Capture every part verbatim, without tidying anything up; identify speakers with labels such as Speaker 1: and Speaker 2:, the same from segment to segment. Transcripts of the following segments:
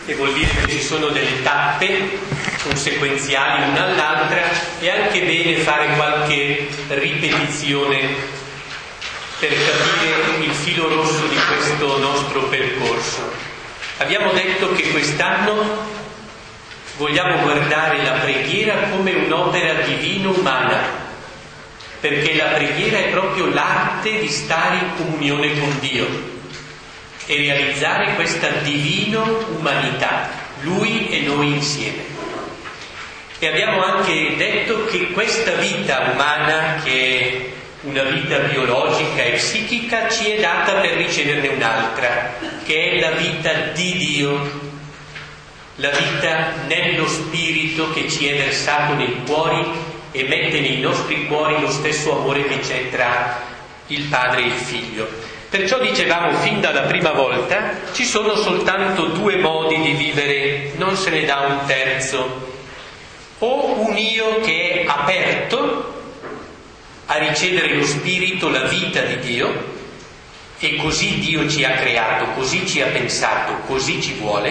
Speaker 1: e vuol dire che ci sono delle tappe conseguenziali una all'altra, è anche bene fare qualche ripetizione per capire il filo rosso di questo nostro percorso. Abbiamo detto che quest'anno vogliamo guardare la preghiera come un'opera divino-umana, perché la preghiera è proprio l'arte di stare in comunione con Dio e realizzare questa divino-umanità, Lui e noi insieme. E abbiamo anche detto che questa vita umana, che è una vita biologica e psichica, ci è data per riceverne un'altra, che è la vita di Dio, la vita nello Spirito che ci è versato nei cuori e mette nei nostri cuori lo stesso amore che c'è tra il Padre e il Figlio. Perciò dicevamo fin dalla prima volta, ci sono soltanto due modi di vivere, non se ne dà un terzo. O un io che è aperto a ricevere lo Spirito, la vita di Dio, e così Dio ci ha creato, così ci ha pensato, così ci vuole.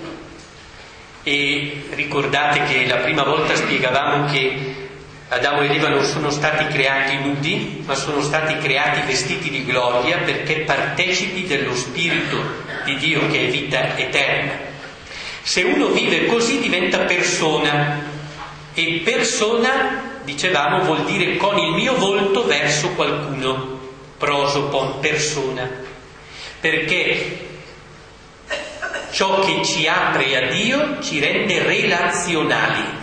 Speaker 1: E ricordate che la prima volta spiegavamo che Adamo ed Eva non sono stati creati nudi, ma sono stati creati vestiti di gloria, perché partecipi dello Spirito di Dio che è vita eterna. Se uno vive così diventa persona, e persona, dicevamo, vuol dire con il mio volto verso qualcuno, prosopon, persona, perché ciò che ci apre a Dio ci rende relazionali.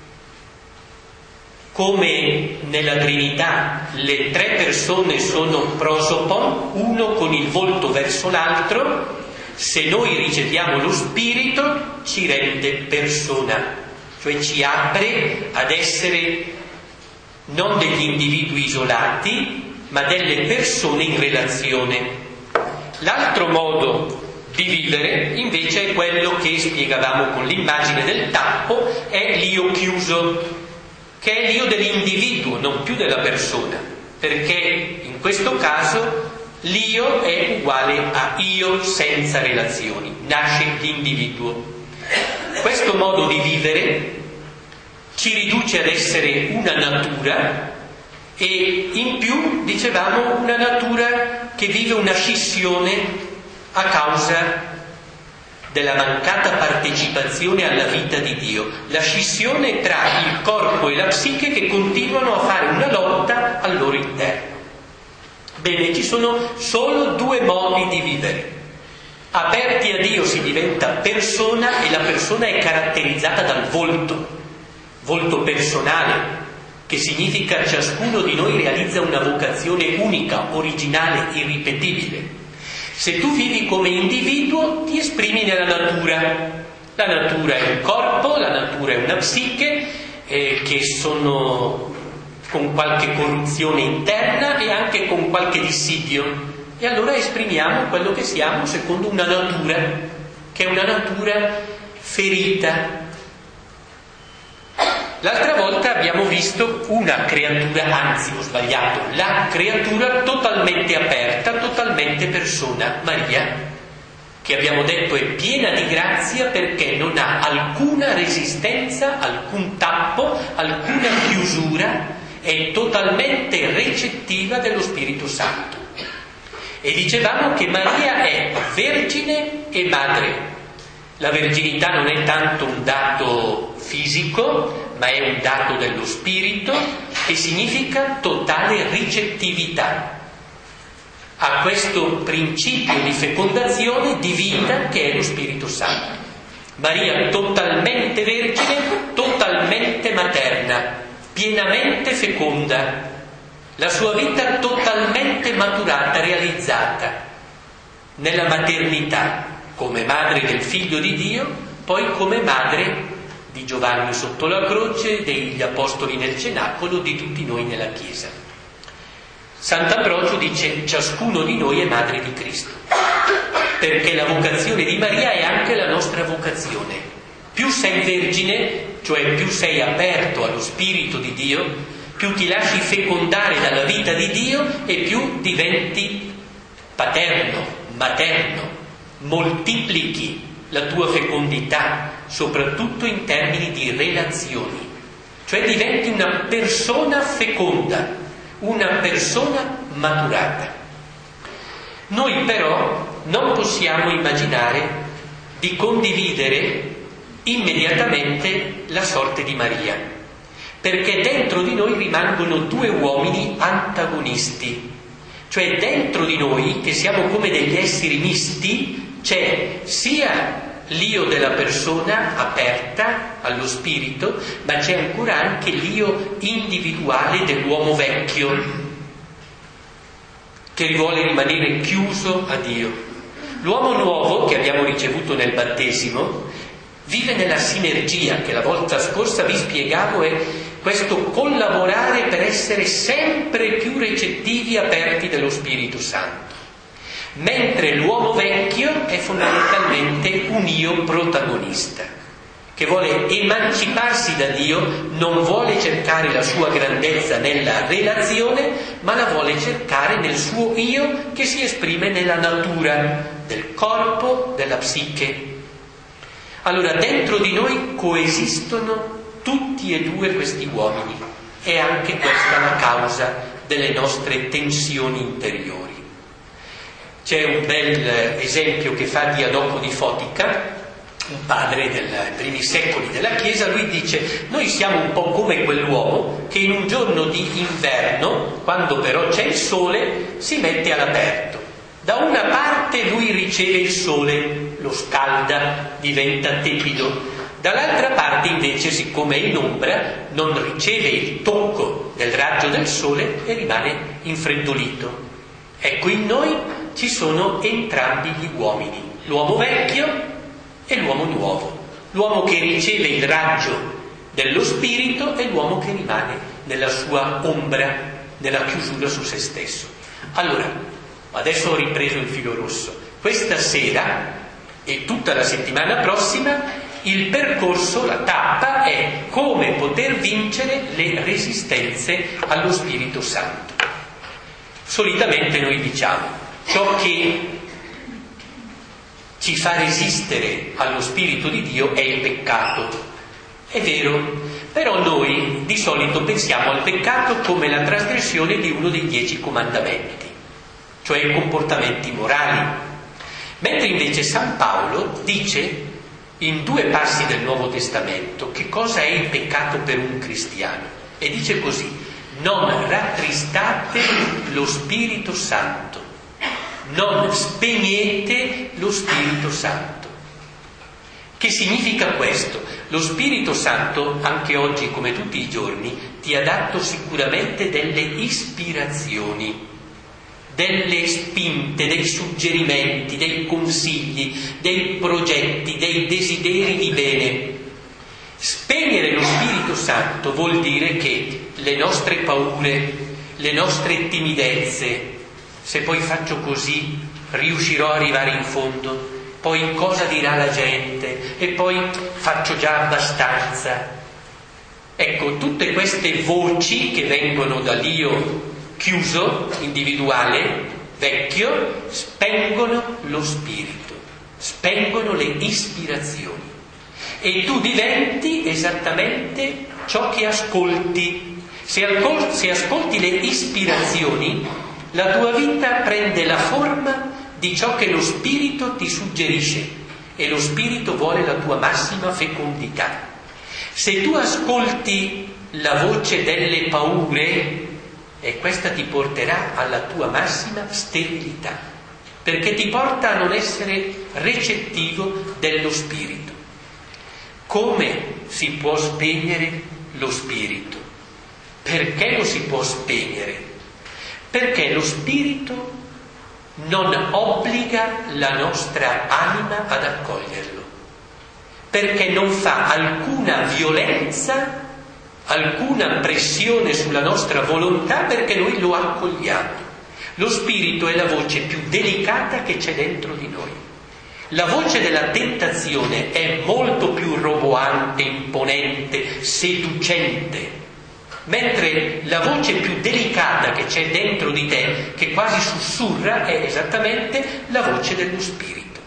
Speaker 1: Come nella Trinità le tre persone sono prosopon, uno con il volto verso l'altro, se noi riceviamo lo Spirito ci rende persona, cioè ci apre ad essere non degli individui isolati, ma delle persone in relazione. L'altro modo di vivere invece è quello che spiegavamo con l'immagine del tappo, è l'io chiuso, che è l'io dell'individuo, non più della persona, perché in questo caso l'io è uguale a io senza relazioni, nasce l'individuo. Questo modo di vivere ci riduce ad essere una natura, e in più, dicevamo, una natura che vive una scissione a causa della mancata partecipazione alla vita di Dio, la scissione tra il corpo e la psiche che continuano a fare una lotta al loro interno. Bene, ci sono solo due modi di vivere. Aperti a Dio si diventa persona, e la persona è caratterizzata dal volto, volto personale, che significa ciascuno di noi realizza una vocazione unica, originale, irripetibile. Se tu vivi come individuo ti esprimi nella natura. La natura è un corpo, la natura è una psiche eh, che sono con qualche corruzione interna e anche con qualche dissidio. E allora esprimiamo quello che siamo secondo una natura, che è una natura ferita. L'altra volta abbiamo visto una creatura, anzi ho sbagliato, la creatura totalmente aperta, totalmente persona, Maria, che abbiamo detto è piena di grazia perché non ha alcuna resistenza, alcun tappo, alcuna chiusura, è totalmente recettiva dello Spirito Santo. E dicevamo che Maria è vergine e madre. La verginità non è tanto un dato fisico, ma è un dato dello spirito, che significa totale ricettività a questo principio di fecondazione, di vita, che è lo Spirito Santo. Maria totalmente vergine, totalmente materna, pienamente feconda, la sua vita totalmente maturata, realizzata nella maternità, come madre del Figlio di Dio, poi come madre di Giovanni sotto la croce, degli Apostoli nel Cenacolo, di tutti noi nella Chiesa. Sant'Ambrogio dice: ciascuno di noi è madre di Cristo, perché la vocazione di Maria è anche la nostra vocazione. Più sei vergine, cioè più sei aperto allo Spirito di Dio, più ti lasci fecondare dalla vita di Dio e più diventi paterno, materno, moltiplichi la tua fecondità, soprattutto in termini di relazioni. Cioè diventi una persona feconda, una persona maturata. Noi però non possiamo immaginare di condividere immediatamente la sorte di Maria, perché dentro di noi rimangono due uomini antagonisti, cioè dentro di noi, che siamo come degli esseri misti, c'è sia l'io della persona aperta allo spirito, ma c'è ancora anche l'io individuale dell'uomo vecchio, che vuole rimanere chiuso a Dio. L'uomo nuovo che abbiamo ricevuto nel battesimo vive nella sinergia che la volta scorsa vi spiegavo, è questo collaborare per essere sempre più recettivi e aperti dello Spirito Santo. Mentre l'uomo vecchio è fondamentalmente un io protagonista, che vuole emanciparsi da Dio, non vuole cercare la sua grandezza nella relazione, ma la vuole cercare nel suo io che si esprime nella natura del corpo, della psiche. Allora dentro di noi coesistono tutti e due questi uomini, e anche questa la causa delle nostre tensioni interiori. C'è un bel esempio che fa Diadoco di Fotica, un padre dei primi secoli della Chiesa. Lui dice: noi siamo un po' come quell'uomo che in un giorno di inverno, quando però c'è il sole, si mette all'aperto. Da una parte lui riceve il sole, lo scalda, diventa tepido. Dall'altra parte invece, siccome è in ombra, non riceve il tocco del raggio del sole e rimane infreddolito. Ecco, in noi ci sono entrambi gli uomini, l'uomo vecchio e l'uomo nuovo, l'uomo che riceve il raggio dello spirito e l'uomo che rimane nella sua ombra, nella chiusura su se stesso. Allora, adesso ho ripreso il filo rosso. Questa sera e tutta la settimana prossima il percorso, la tappa è come poter vincere le resistenze allo Spirito Santo. Solitamente noi diciamo: ciò che ci fa resistere allo Spirito di Dio è il peccato. È vero, però noi di solito pensiamo al peccato come la trasgressione di uno dei dieci comandamenti, cioè i comportamenti morali. Mentre invece San Paolo dice in due passi del Nuovo Testamento che cosa è il peccato per un cristiano, e dice così: non rattristate lo Spirito Santo, non spegnete lo Spirito Santo. Che significa questo? Lo Spirito Santo, anche oggi come tutti i giorni, ti ha dato sicuramente delle ispirazioni, delle spinte, dei suggerimenti, dei consigli, dei progetti, dei desideri di bene. Spegnere lo Spirito Santo vuol dire che le nostre paure, le nostre timidezze, se poi faccio così riuscirò a arrivare in fondo, poi cosa dirà la gente, e poi faccio già abbastanza. Ecco, tutte queste voci che vengono dall'io chiuso, individuale, vecchio, spengono lo spirito, spengono le ispirazioni, e tu diventi esattamente ciò che ascolti. Se, ascol- se ascolti le ispirazioni, la tua vita prende la forma di ciò che lo spirito ti suggerisce, e lo spirito vuole la tua massima fecondità. Se tu ascolti la voce delle paure, e questa ti porterà alla tua massima sterilità, perché ti porta a non essere recettivo dello spirito. Come si può spegnere lo spirito? Perché lo si può spegnere? Perché lo spirito non obbliga la nostra anima ad accoglierlo, perché non fa alcuna violenza, alcuna pressione sulla nostra volontà, perché noi lo accogliamo. Lo spirito è la voce più delicata che c'è dentro di noi. La voce della tentazione è molto più roboante, imponente, seducente, mentre la voce più delicata che c'è dentro di te, che quasi sussurra, è esattamente la voce dello spirito.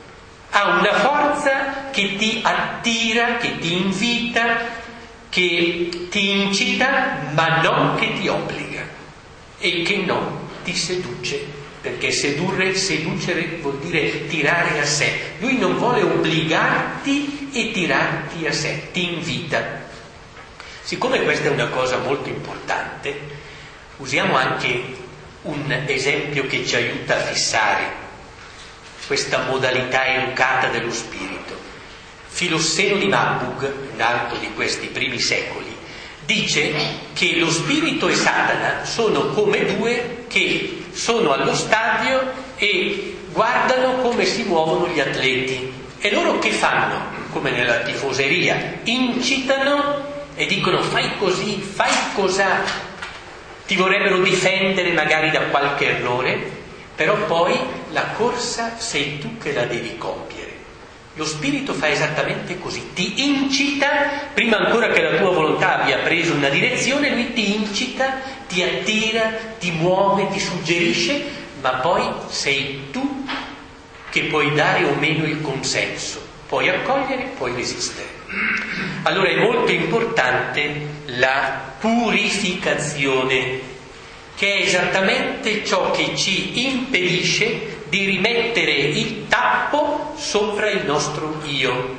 Speaker 1: ha una forza che ti attira, che ti invita, che ti incita, ma non che ti obbliga e che non ti seduce. Perché sedurre, seducere vuol dire tirare a sé. Lui non vuole obbligarti e tirarti a sé, ti invita. Siccome questa è una cosa molto importante, usiamo anche un esempio che ci aiuta a fissare questa modalità educata dello spirito. Filosseno di Marburg, un altro di questi primi secoli, dice che lo spirito e Satana sono come due che sono allo stadio e guardano come si muovono gli atleti. E loro che fanno? Come nella tifoseria, incitano e dicono fai così, fai cos'ha. Ti vorrebbero difendere magari da qualche errore, però poi la corsa sei tu che la devi compiere. Lo spirito fa esattamente così, ti incita, prima ancora che la tua volontà abbia preso una direzione, lui ti incita, ti attira, ti muove, ti suggerisce, ma poi sei tu che puoi dare o meno il consenso, puoi accogliere, puoi resistere. Allora è molto importante la purificazione, che è esattamente ciò che ci impedisce di rimettere il tappo sopra il nostro io.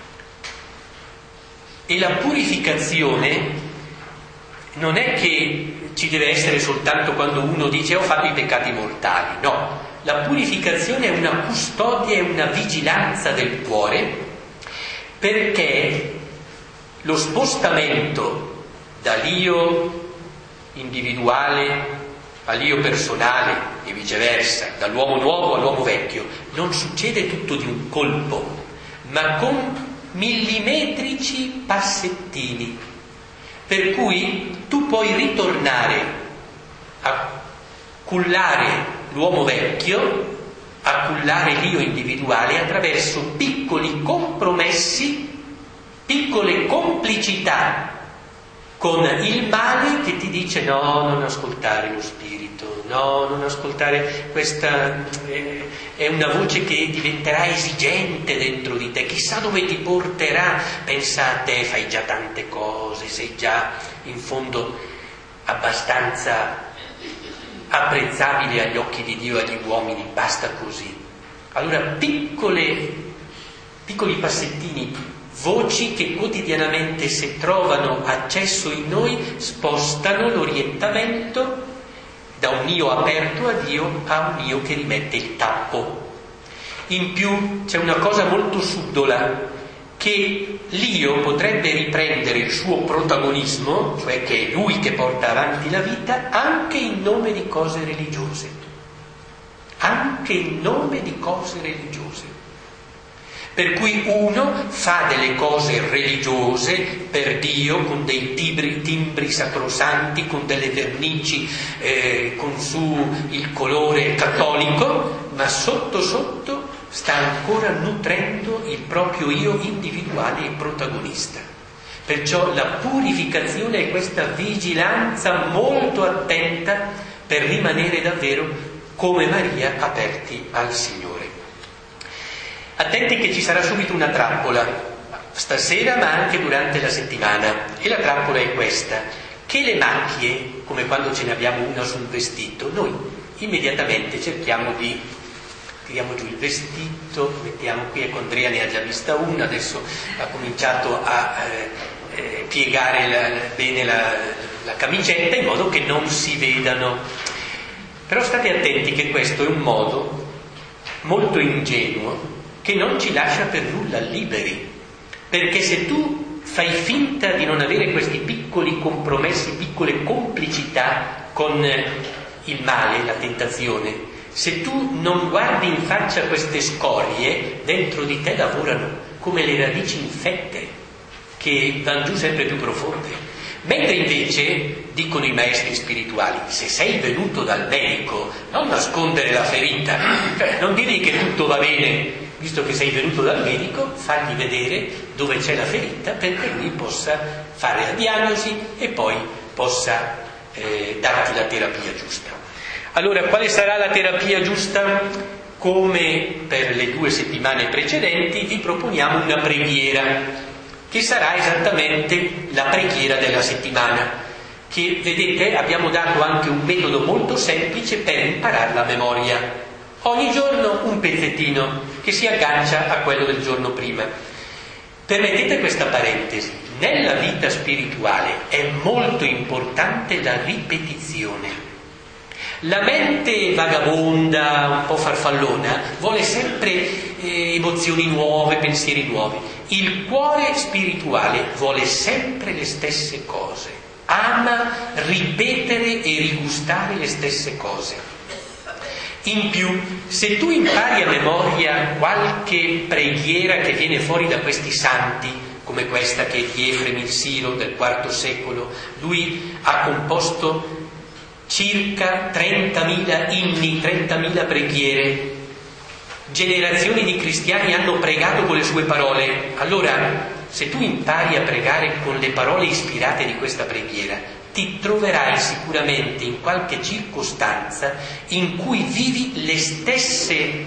Speaker 1: E la purificazione non è che ci deve essere soltanto quando uno dice ho fatto i peccati mortali, no. La purificazione è una custodia e una vigilanza del cuore, perché lo spostamento dall'io individuale all'io personale e viceversa, dall'uomo nuovo all'uomo vecchio, non succede tutto di un colpo, ma con millimetrici passettini, per cui tu puoi ritornare a cullare l'uomo vecchio, a cullare l'io individuale attraverso piccoli compromessi, piccole complicità con il male che ti dice no, non ascoltare lo spirito, no, non ascoltare questa, eh, è una voce che diventerà esigente dentro di te, chissà dove ti porterà, pensa a te, fai già tante cose, sei già in fondo abbastanza apprezzabile agli occhi di Dio e agli uomini, basta così. Allora piccole, piccoli passettini, voci che quotidianamente, se trovano accesso in noi, spostano l'orientamento da un io aperto a Dio a un io che rimette il tappo. In più c'è una cosa molto subdola, che l'io potrebbe riprendere il suo protagonismo, cioè che è lui che porta avanti la vita, anche in nome di cose religiose. Anche in nome di cose religiose. Per cui uno fa delle cose religiose per Dio, con dei timbri, timbri sacrosanti, con delle vernici, eh, con su il colore cattolico, ma sotto sotto sta ancora nutrendo il proprio io individuale e protagonista. Perciò la purificazione è questa vigilanza molto attenta per rimanere davvero come Maria aperti al Signore. Attenti che ci sarà subito una trappola, stasera ma anche durante la settimana, e la trappola è questa, che le macchie, come quando ce ne abbiamo una sul vestito, noi immediatamente cerchiamo di tiriamo giù il vestito, mettiamo qui, ecco Andrea ne ha già vista una, adesso ha cominciato a eh, eh, piegare la, bene la, la camicetta in modo che non si vedano. Però state attenti che questo è un modo molto ingenuo che non ci lascia per nulla liberi, perché se tu fai finta di non avere questi piccoli compromessi, piccole complicità con il male, la tentazione, se tu non guardi in faccia queste scorie, dentro di te lavorano come le radici infette che vanno giù sempre più profonde. Mentre invece, dicono i maestri spirituali, se sei venuto dal medico, non nascondere la ferita, cioè non dirgli che tutto va bene, visto che sei venuto dal medico, fagli vedere dove c'è la ferita perché lui possa fare la diagnosi e poi possa eh, darti la terapia giusta. Allora, quale sarà la terapia giusta? come per le due settimane precedenti, vi proponiamo una preghiera, che sarà esattamente la preghiera della settimana, che vedete abbiamo dato anche un metodo molto semplice per imparare la memoria. Ogni giorno un pezzettino che si aggancia a quello del giorno prima. Permettete questa parentesi: nella vita spirituale è molto importante la ripetizione. La mente vagabonda, un po' farfallona, vuole sempre eh, emozioni nuove, pensieri nuovi. Il cuore spirituale vuole sempre le stesse cose, ama ripetere e rigustare le stesse cose. In più, se tu impari a memoria qualche preghiera che viene fuori da questi santi, come questa che è di Efrem il Siro del quarto secolo, lui ha composto circa trentamila inni, trentamila preghiere. Generazioni di cristiani hanno pregato con le sue parole. Allora, se tu impari a pregare con le parole ispirate di questa preghiera, ti troverai sicuramente in qualche circostanza in cui vivi le stesse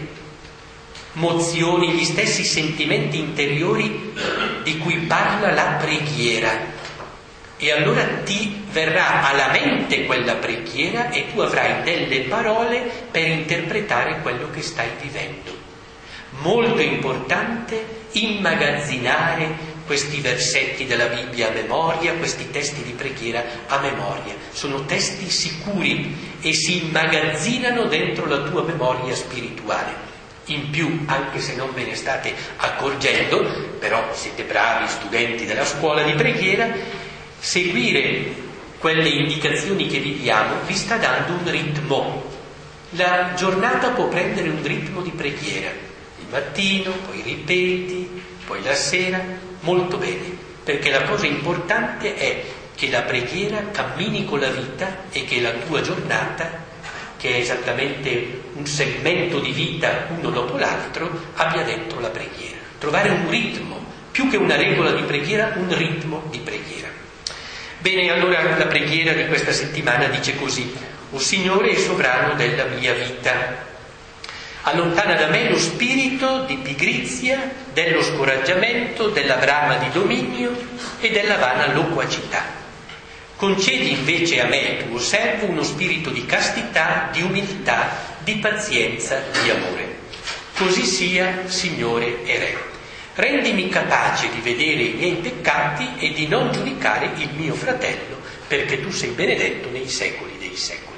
Speaker 1: mozioni, gli stessi sentimenti interiori di cui parla la preghiera. E allora ti verrà alla mente quella preghiera e tu avrai delle parole per interpretare quello che stai vivendo. Molto importante immagazzinare questi versetti della Bibbia a memoria, questi testi di preghiera a memoria. Sono testi sicuri e si immagazzinano dentro la tua memoria spirituale. In più, anche se non ve ne state accorgendo, però siete bravi studenti della scuola di preghiera, seguire quelle indicazioni che vi diamo vi sta dando un ritmo. La giornata può prendere un ritmo di preghiera. Il mattino, poi ripeti, poi la sera, molto bene, perché la cosa importante è che la preghiera cammini con la vita e che la tua giornata, che è esattamente un segmento di vita uno dopo l'altro, abbia dentro la preghiera. Trovare un ritmo, più che una regola di preghiera, un ritmo di preghiera. Bene, allora la preghiera di questa settimana dice così: O Signore e sovrano della mia vita, allontana da me lo spirito di pigrizia, dello scoraggiamento, della brama di dominio e della vana loquacità. Concedi invece a me, tuo servo, uno spirito di castità, di umiltà, di pazienza, di amore. Così sia, Signore e Re. Rendimi capace di vedere i miei peccati e di non giudicare il mio fratello, perché tu sei benedetto nei secoli dei secoli.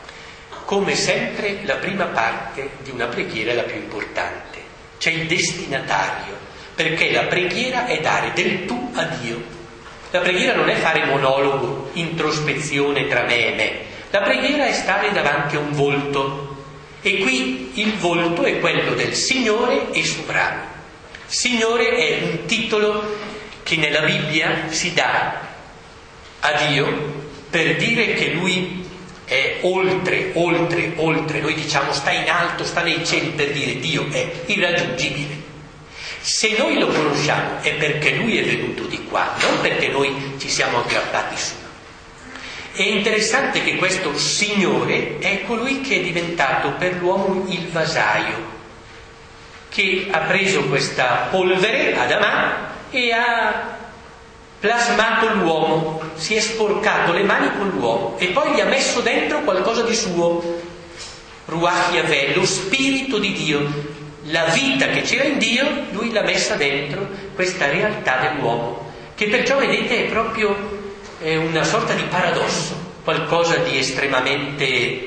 Speaker 1: Come sempre, la prima parte di una preghiera è la più importante. C'è il destinatario, perché la preghiera è dare del tu a Dio. La preghiera non è fare monologo, introspezione tra me e me. La preghiera è stare davanti a un volto, e qui il volto è quello del Signore e sovrano. Signore è un titolo che nella Bibbia si dà a Dio per dire che Lui è oltre, oltre, oltre. Noi diciamo sta in alto, sta nei cieli, per dire Dio è irraggiungibile. Se noi lo conosciamo è perché Lui è venuto di qua, non perché noi ci siamo aggrappati su. È interessante che questo Signore è colui che è diventato per l'uomo il vasaio, che ha preso questa polvere, Adamà, e ha plasmato l'uomo, si è sporcato le mani con l'uomo e poi gli ha messo dentro qualcosa di suo, Ruach Yahweh, lo spirito di Dio, la vita che c'era in Dio, lui l'ha messa dentro questa realtà dell'uomo, che perciò vedete è proprio è una sorta di paradosso, qualcosa di estremamente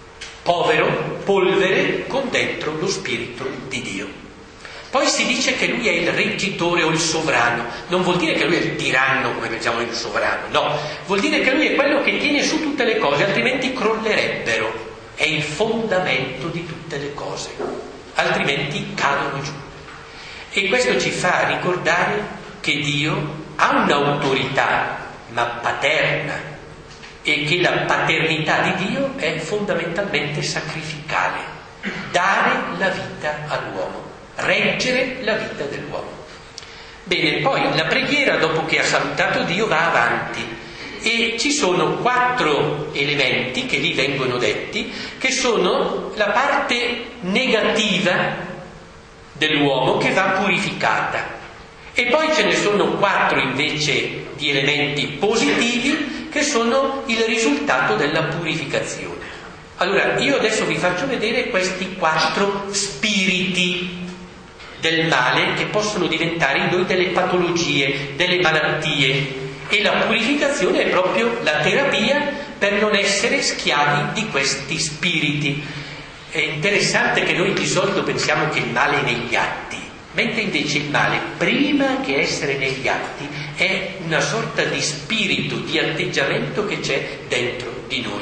Speaker 1: povero, polvere, con dentro lo spirito di Dio. Poi si dice che lui è il reggitore o il sovrano. Non vuol dire che lui è il tiranno come pensiamo il sovrano, no, vuol dire che lui è quello che tiene su tutte le cose, altrimenti crollerebbero. È il fondamento di tutte le cose, altrimenti cadono giù. E questo ci fa ricordare che Dio ha un'autorità, ma paterna, e che la paternità di Dio è fondamentalmente sacrificale, dare la vita all'uomo, reggere la vita dell'uomo. Bene, poi la preghiera, dopo che ha salutato Dio, va avanti E ci sono quattro elementi che lì vengono detti, che sono la parte negativa dell'uomo che va purificata. E poi ce ne sono quattro invece di elementi positivi che sono il risultato della purificazione. Allora, io adesso vi faccio vedere questi quattro spiriti del male che possono diventare in noi delle patologie, delle malattie. E la purificazione è proprio la terapia per non essere schiavi di questi spiriti. È interessante che noi di solito pensiamo che il male è negli atti, mentre invece il male, prima che essere negli atti, è una sorta di spirito, di atteggiamento che c'è dentro di noi.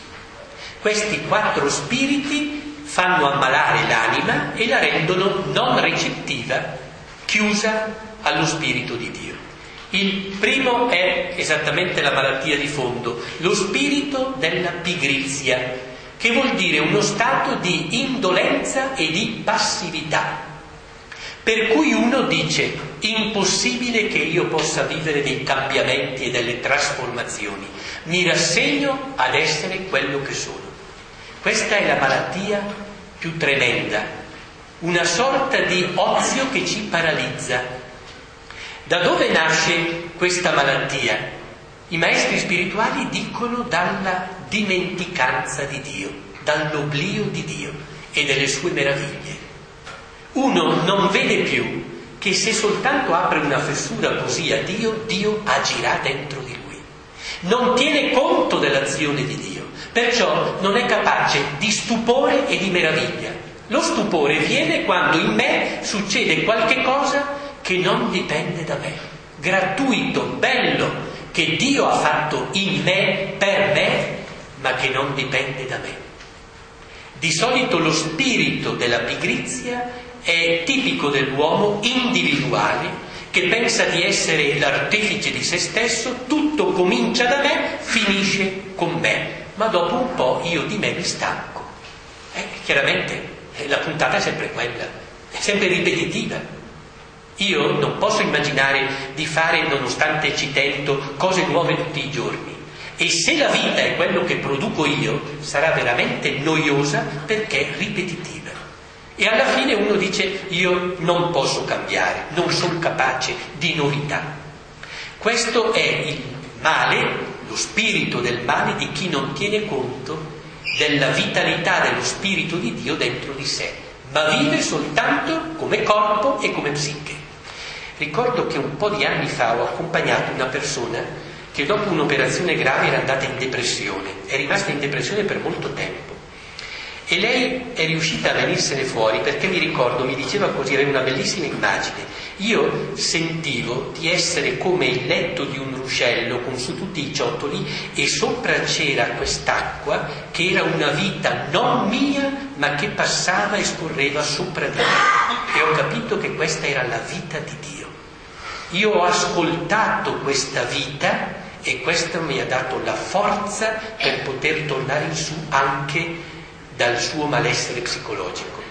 Speaker 1: Questi quattro spiriti fanno ammalare l'anima e la rendono non recettiva, chiusa allo spirito di Dio. Il primo è esattamente la malattia di fondo, lo spirito della pigrizia, che vuol dire uno stato di indolenza e di passività. Per cui uno dice, impossibile che io possa vivere dei cambiamenti e delle trasformazioni, mi rassegno ad essere quello che sono. Questa è la malattia più tremenda, una sorta di ozio che ci paralizza. Da dove nasce questa malattia? I maestri spirituali dicono dalla dimenticanza di Dio, dall'oblio di Dio e delle sue meraviglie. Uno non vede più che se soltanto apre una fessura così a Dio, Dio agirà dentro di lui. Non tiene conto dell'azione di Dio, perciò non è capace di stupore e di meraviglia. Lo stupore viene quando in me succede qualche cosa che non dipende da me, gratuito, bello, che Dio ha fatto in me, per me, ma che non dipende da me. Di solito lo spirito della pigrizia è tipico dell'uomo individuale che pensa di essere l'artefice di se stesso, tutto comincia da me, finisce con me, ma dopo un po' io di me mi stanco. Eh, chiaramente eh, la puntata è sempre quella, è sempre ripetitiva. Io non posso immaginare di fare, nonostante ci tento, cose nuove tutti i giorni. E se la vita è quello che produco io, sarà veramente noiosa perché è ripetitiva. E alla fine uno dice, io non posso cambiare, non sono capace di novità. Questo è il male, lo spirito del male di chi non tiene conto della vitalità dello spirito di Dio dentro di sé, ma vive soltanto come corpo e come psiche. Ricordo che un po' di anni fa ho accompagnato una persona che dopo un'operazione grave era andata in depressione, è rimasta in depressione per molto tempo e lei è riuscita a venirsene fuori perché mi ricordo, mi diceva così, aveva una bellissima immagine, io sentivo di essere come il letto di un ruscello con su tutti i ciottoli e sopra c'era quest'acqua che era una vita non mia ma che passava e scorreva sopra di me e ho capito che questa era la vita di Dio. Io ho ascoltato questa vita e questo mi ha dato la forza per poter tornare in su anche dal suo malessere psicologico.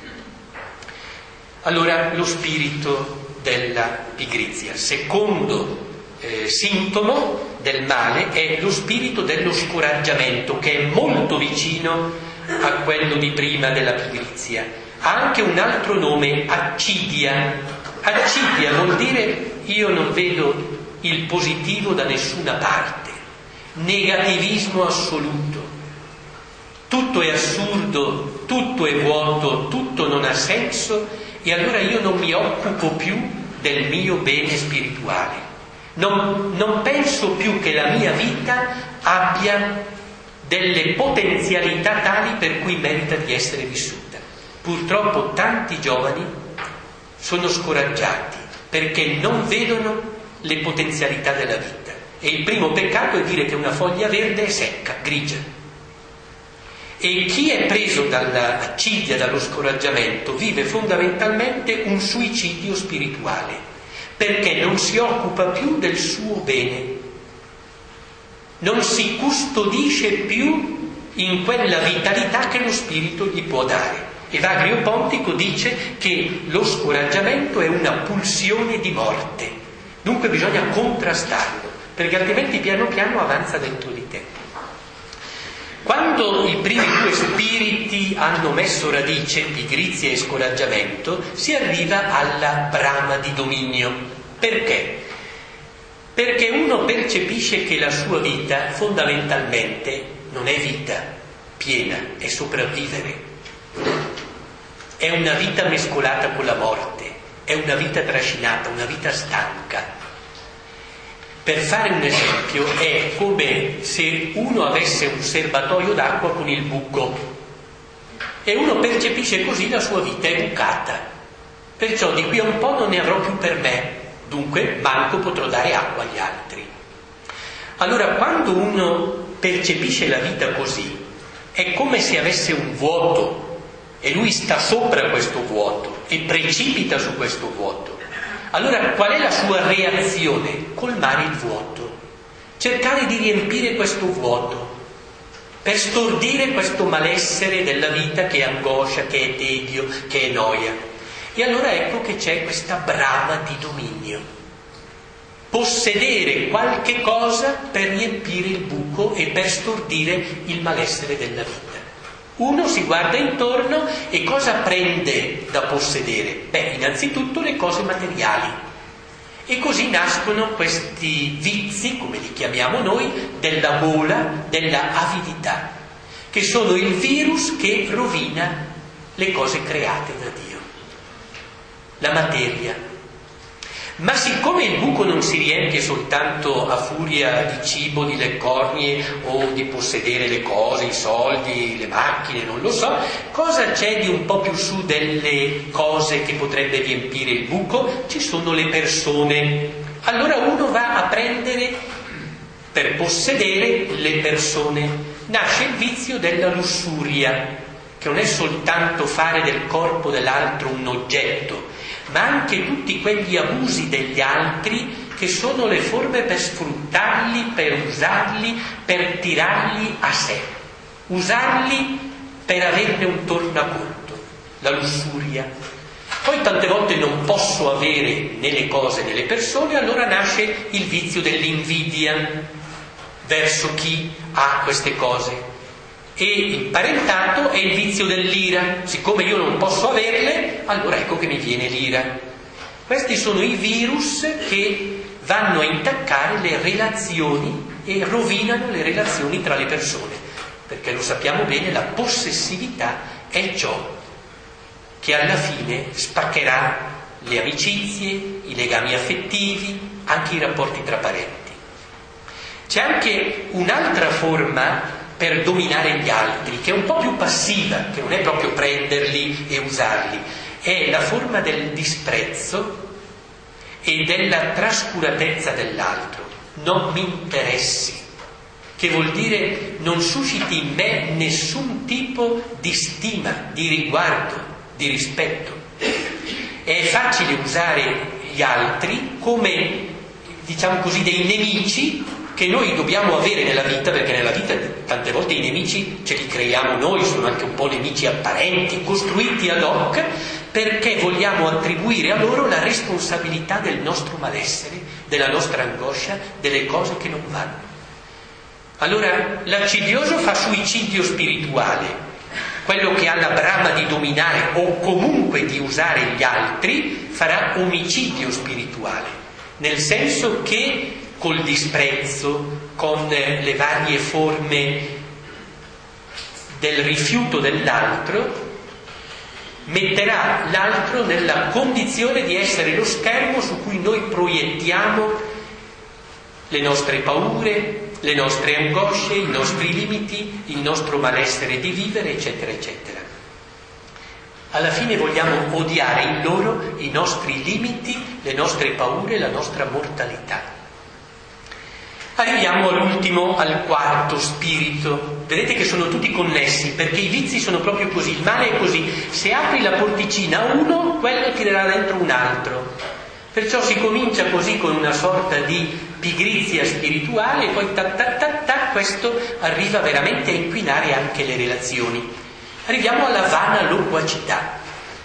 Speaker 1: Allora, lo spirito della pigrizia. Secondo eh, sintomo del male è lo spirito dello scoraggiamento, che è molto vicino a quello di prima della pigrizia. Ha anche un altro nome, accidia. Accidia vuol dire io non vedo il positivo da nessuna parte, negativismo assoluto, tutto è assurdo, tutto è vuoto, tutto non ha senso e allora io non mi occupo più del mio bene spirituale, non, non penso più che la mia vita abbia delle potenzialità tali per cui merita di essere vissuta. Purtroppo tanti giovani sono scoraggiati perché non vedono le potenzialità della vita. E il primo peccato è dire che una foglia verde è secca, grigia. E chi è preso dall'accidia, dallo scoraggiamento, vive fondamentalmente un suicidio spirituale, perché non si occupa più del suo bene, non si custodisce più in quella vitalità che lo spirito gli può dare. Evagrio Pontico dice che lo scoraggiamento è una pulsione di morte, dunque bisogna contrastarlo. perché altrimenti piano piano avanza dentro di te. Quando i primi due spiriti hanno messo radice, pigrizia e scoraggiamento, si arriva alla brama di dominio. Perché? Perché uno percepisce che la sua vita fondamentalmente non è vita piena, è sopravvivere. È una vita mescolata con la morte, è una vita trascinata, una vita stanca. Per fare un esempio, è come se uno avesse un serbatoio d'acqua con il buco e uno percepisce così la sua vita è bucata. Perciò di qui a un po' non ne avrò più per me, dunque manco potrò dare acqua agli altri. Allora, quando uno percepisce la vita così, è come se avesse un vuoto e lui sta sopra questo vuoto e precipita su questo vuoto. Allora, qual è la sua reazione? Colmare il vuoto, cercare di riempire questo vuoto, per stordire questo malessere della vita che è angoscia, che è tedio, che è noia. E allora ecco che c'è questa brama di dominio. Possedere qualche cosa per riempire il buco e per stordire il malessere della vita. Uno si guarda intorno e cosa prende da possedere? Beh, innanzitutto le cose materiali. E così nascono questi vizi, come li chiamiamo noi, della gola, della avidità, che sono il virus che rovina le cose create da Dio. La materia. Ma siccome il buco non si riempie soltanto a furia di cibo, di leccornie o di possedere le cose, i soldi, le macchine, non lo so, cosa c'è di un po' più su delle cose che potrebbe riempire il buco? Ci sono le persone. Allora uno va a prendere per possedere le persone. Nasce il vizio della lussuria, che non è soltanto fare del corpo dell'altro un oggetto, ma anche tutti quegli abusi degli altri che sono le forme per sfruttarli, per usarli, per tirarli a sé, usarli per averne un tornaconto, la lussuria. Poi tante volte non posso avere né le cose né le persone, allora nasce il vizio dell'invidia verso chi ha queste cose. E imparentato è il vizio dell'ira. Siccome io non posso averle, allora ecco che mi viene l'ira. Questi sono i virus che vanno a intaccare le relazioni e rovinano le relazioni tra le persone, perché lo sappiamo bene, la possessività è ciò che alla fine spaccherà le amicizie, i legami affettivi, anche i rapporti tra parenti. C'è anche un'altra forma per dominare gli altri, che è un po' più passiva, che non è proprio prenderli e usarli, è la forma del disprezzo e della trascuratezza dell'altro. Non mi interessi, che vuol dire non susciti in me nessun tipo di stima, di riguardo, di rispetto. È facile usare gli altri come, diciamo così, dei nemici che noi dobbiamo avere nella vita, perché nella vita tante volte i nemici ce li creiamo noi, sono anche un po' nemici apparenti, costruiti ad hoc, perché vogliamo attribuire a loro la responsabilità del nostro malessere, della nostra angoscia, delle cose che non vanno. Allora l'accidioso fa suicidio spirituale, quello che ha la brama di dominare o comunque di usare gli altri farà omicidio spirituale, nel senso che col disprezzo, con le varie forme del rifiuto dell'altro, metterà l'altro nella condizione di essere lo schermo su cui noi proiettiamo le nostre paure, le nostre angosce, i nostri limiti, il nostro malessere di vivere, eccetera, eccetera. Alla fine vogliamo odiare in loro i nostri limiti, le nostre paure, la nostra mortalità. Arriviamo all'ultimo, al quarto spirito. Vedete che sono tutti connessi, perché i vizi sono proprio così, il male è così. Se apri la porticina a uno, quello tirerà dentro un altro. Perciò si comincia così con una sorta di pigrizia spirituale e poi ta ta ta ta, questo arriva veramente a inquinare anche le relazioni. Arriviamo alla vana loquacità.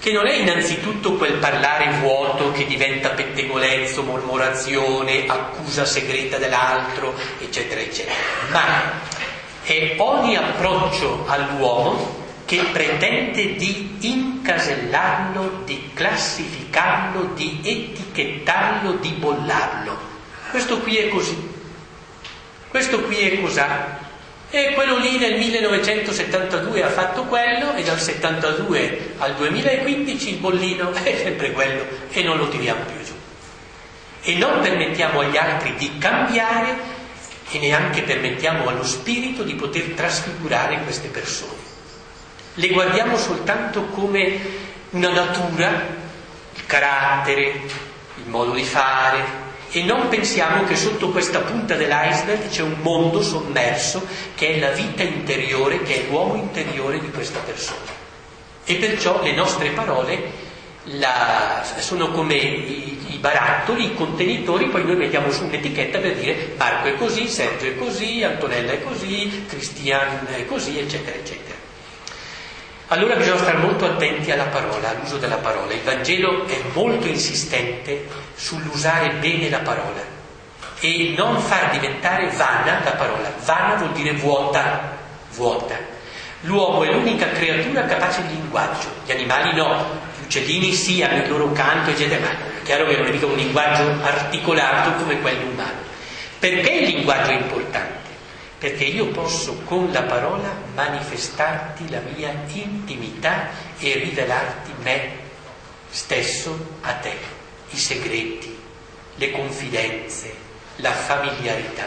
Speaker 1: che non è innanzitutto quel parlare vuoto che diventa pettegolezzo, mormorazione, accusa segreta dell'altro, eccetera, eccetera, ma è ogni approccio all'uomo che pretende di incasellarlo, di classificarlo, di etichettarlo, di bollarlo. Questo qui è così, questo qui è cos'ha. E quello lì nel millenovecentosettantadue ha fatto quello e dal settantadue al duemilaquindici il bollino è sempre quello e non lo tiriamo più giù. E non permettiamo agli altri di cambiare e neanche permettiamo allo spirito di poter trasfigurare queste persone. Le guardiamo soltanto come una natura, il carattere, il modo di fare, e non pensiamo che sotto questa punta dell'iceberg c'è un mondo sommerso che è la vita interiore, che è l'uomo interiore di questa persona. E perciò le nostre parole la, sono come i, i barattoli, i contenitori, poi noi mettiamo su un'etichetta per dire Marco è così, Sergio è così, Antonella è così, Cristian è così, eccetera, eccetera. Allora bisogna stare molto attenti alla parola, all'uso della parola. Il Vangelo è molto insistente sull'usare bene la parola e non far diventare vana la parola. Vana vuol dire vuota, vuota. L'uomo è l'unica creatura capace di linguaggio, gli animali no, gli uccellini sì, hanno il loro canto, eccetera, ma è chiaro che non è mica un linguaggio articolato come quello umano. Perché il linguaggio è importante? Perché io posso con la parola manifestarti la mia intimità e rivelarti me stesso a te, i segreti, le confidenze, la familiarità.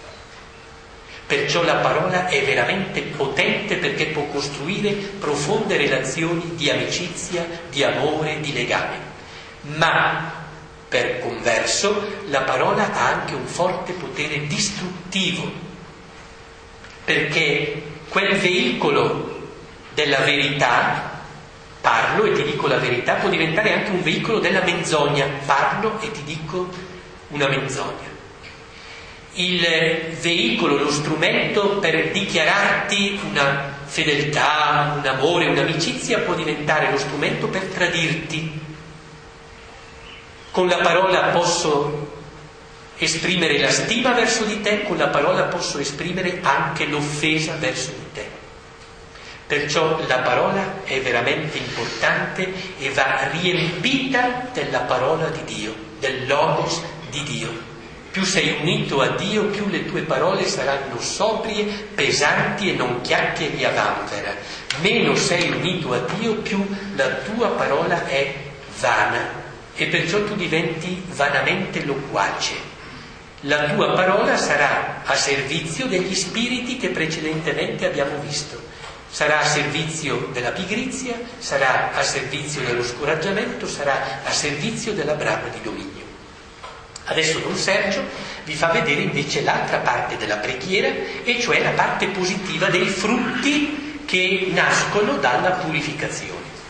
Speaker 1: Perciò la parola è veramente potente perché può costruire profonde relazioni di amicizia, di amore, di legame. Ma per converso la parola ha anche un forte potere distruttivo, perché quel veicolo della verità, parlo e ti dico la verità, può diventare anche un veicolo della menzogna, parlo e ti dico una menzogna. Il veicolo, lo strumento per dichiararti una fedeltà, un amore, un'amicizia può diventare lo strumento per tradirti. Con la parola posso esprimere la stima verso di te, con la parola posso esprimere anche l'offesa verso di te. Perciò la parola è veramente importante e va riempita della parola di Dio, del logos di Dio. Più sei unito a Dio, più le tue parole saranno sobrie, pesanti e non chiacchieri a vanvera. Meno sei unito a Dio, più la tua parola è vana e perciò tu diventi vanamente loquace. La tua parola sarà a servizio degli spiriti che precedentemente abbiamo visto. Sarà a servizio della pigrizia, sarà a servizio dello scoraggiamento, sarà a servizio della brama di dominio. Adesso Don Sergio vi fa vedere invece l'altra parte della preghiera, e cioè la parte positiva dei frutti che nascono dalla purificazione.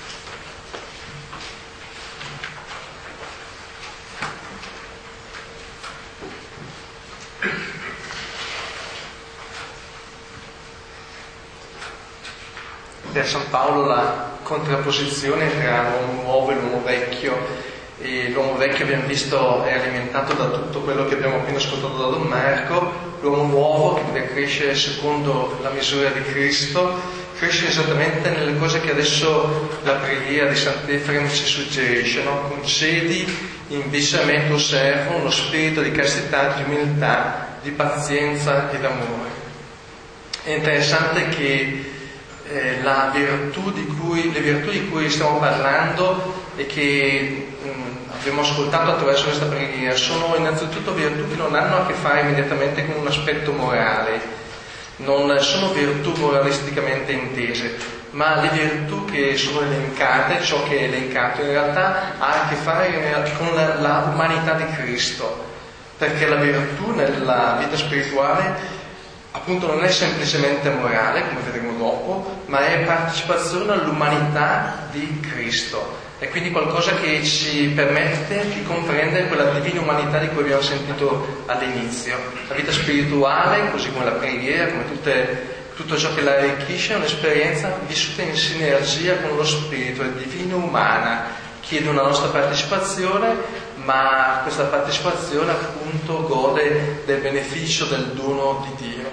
Speaker 2: Per San Paolo la contrapposizione tra l'uomo nuovo e l'uomo vecchio, e l'uomo vecchio abbiamo visto è alimentato da tutto quello che abbiamo appena ascoltato da Don Marco. L'uomo nuovo, che deve crescere secondo la misura di Cristo, cresce esattamente nelle cose che adesso la preghiera di Sant'Efrem ci suggerisce, no? Concedi invece a me tuo servo uno spirito di castità, di umiltà, di pazienza e d'amore. È interessante che Eh, la virtù di cui, le virtù di cui stiamo parlando e che mh, abbiamo ascoltato attraverso questa preghiera sono innanzitutto virtù che non hanno a che fare immediatamente con un aspetto morale, non sono virtù moralisticamente intese, ma le virtù che sono elencate, ciò che è elencato in realtà ha a che fare con la, la umanità di Cristo, perché la virtù nella vita spirituale appunto non è semplicemente morale, come vedremo dopo, ma è partecipazione all'umanità di Cristo. È quindi qualcosa che ci permette di comprendere quella divina umanità di cui abbiamo sentito all'inizio. La vita spirituale, così come la preghiera, come tutte tutto ciò che la arricchisce è un'esperienza vissuta in sinergia con lo spirito, è divino umana, chiede una nostra partecipazione, ma questa partecipazione appunto gode del beneficio del dono di Dio.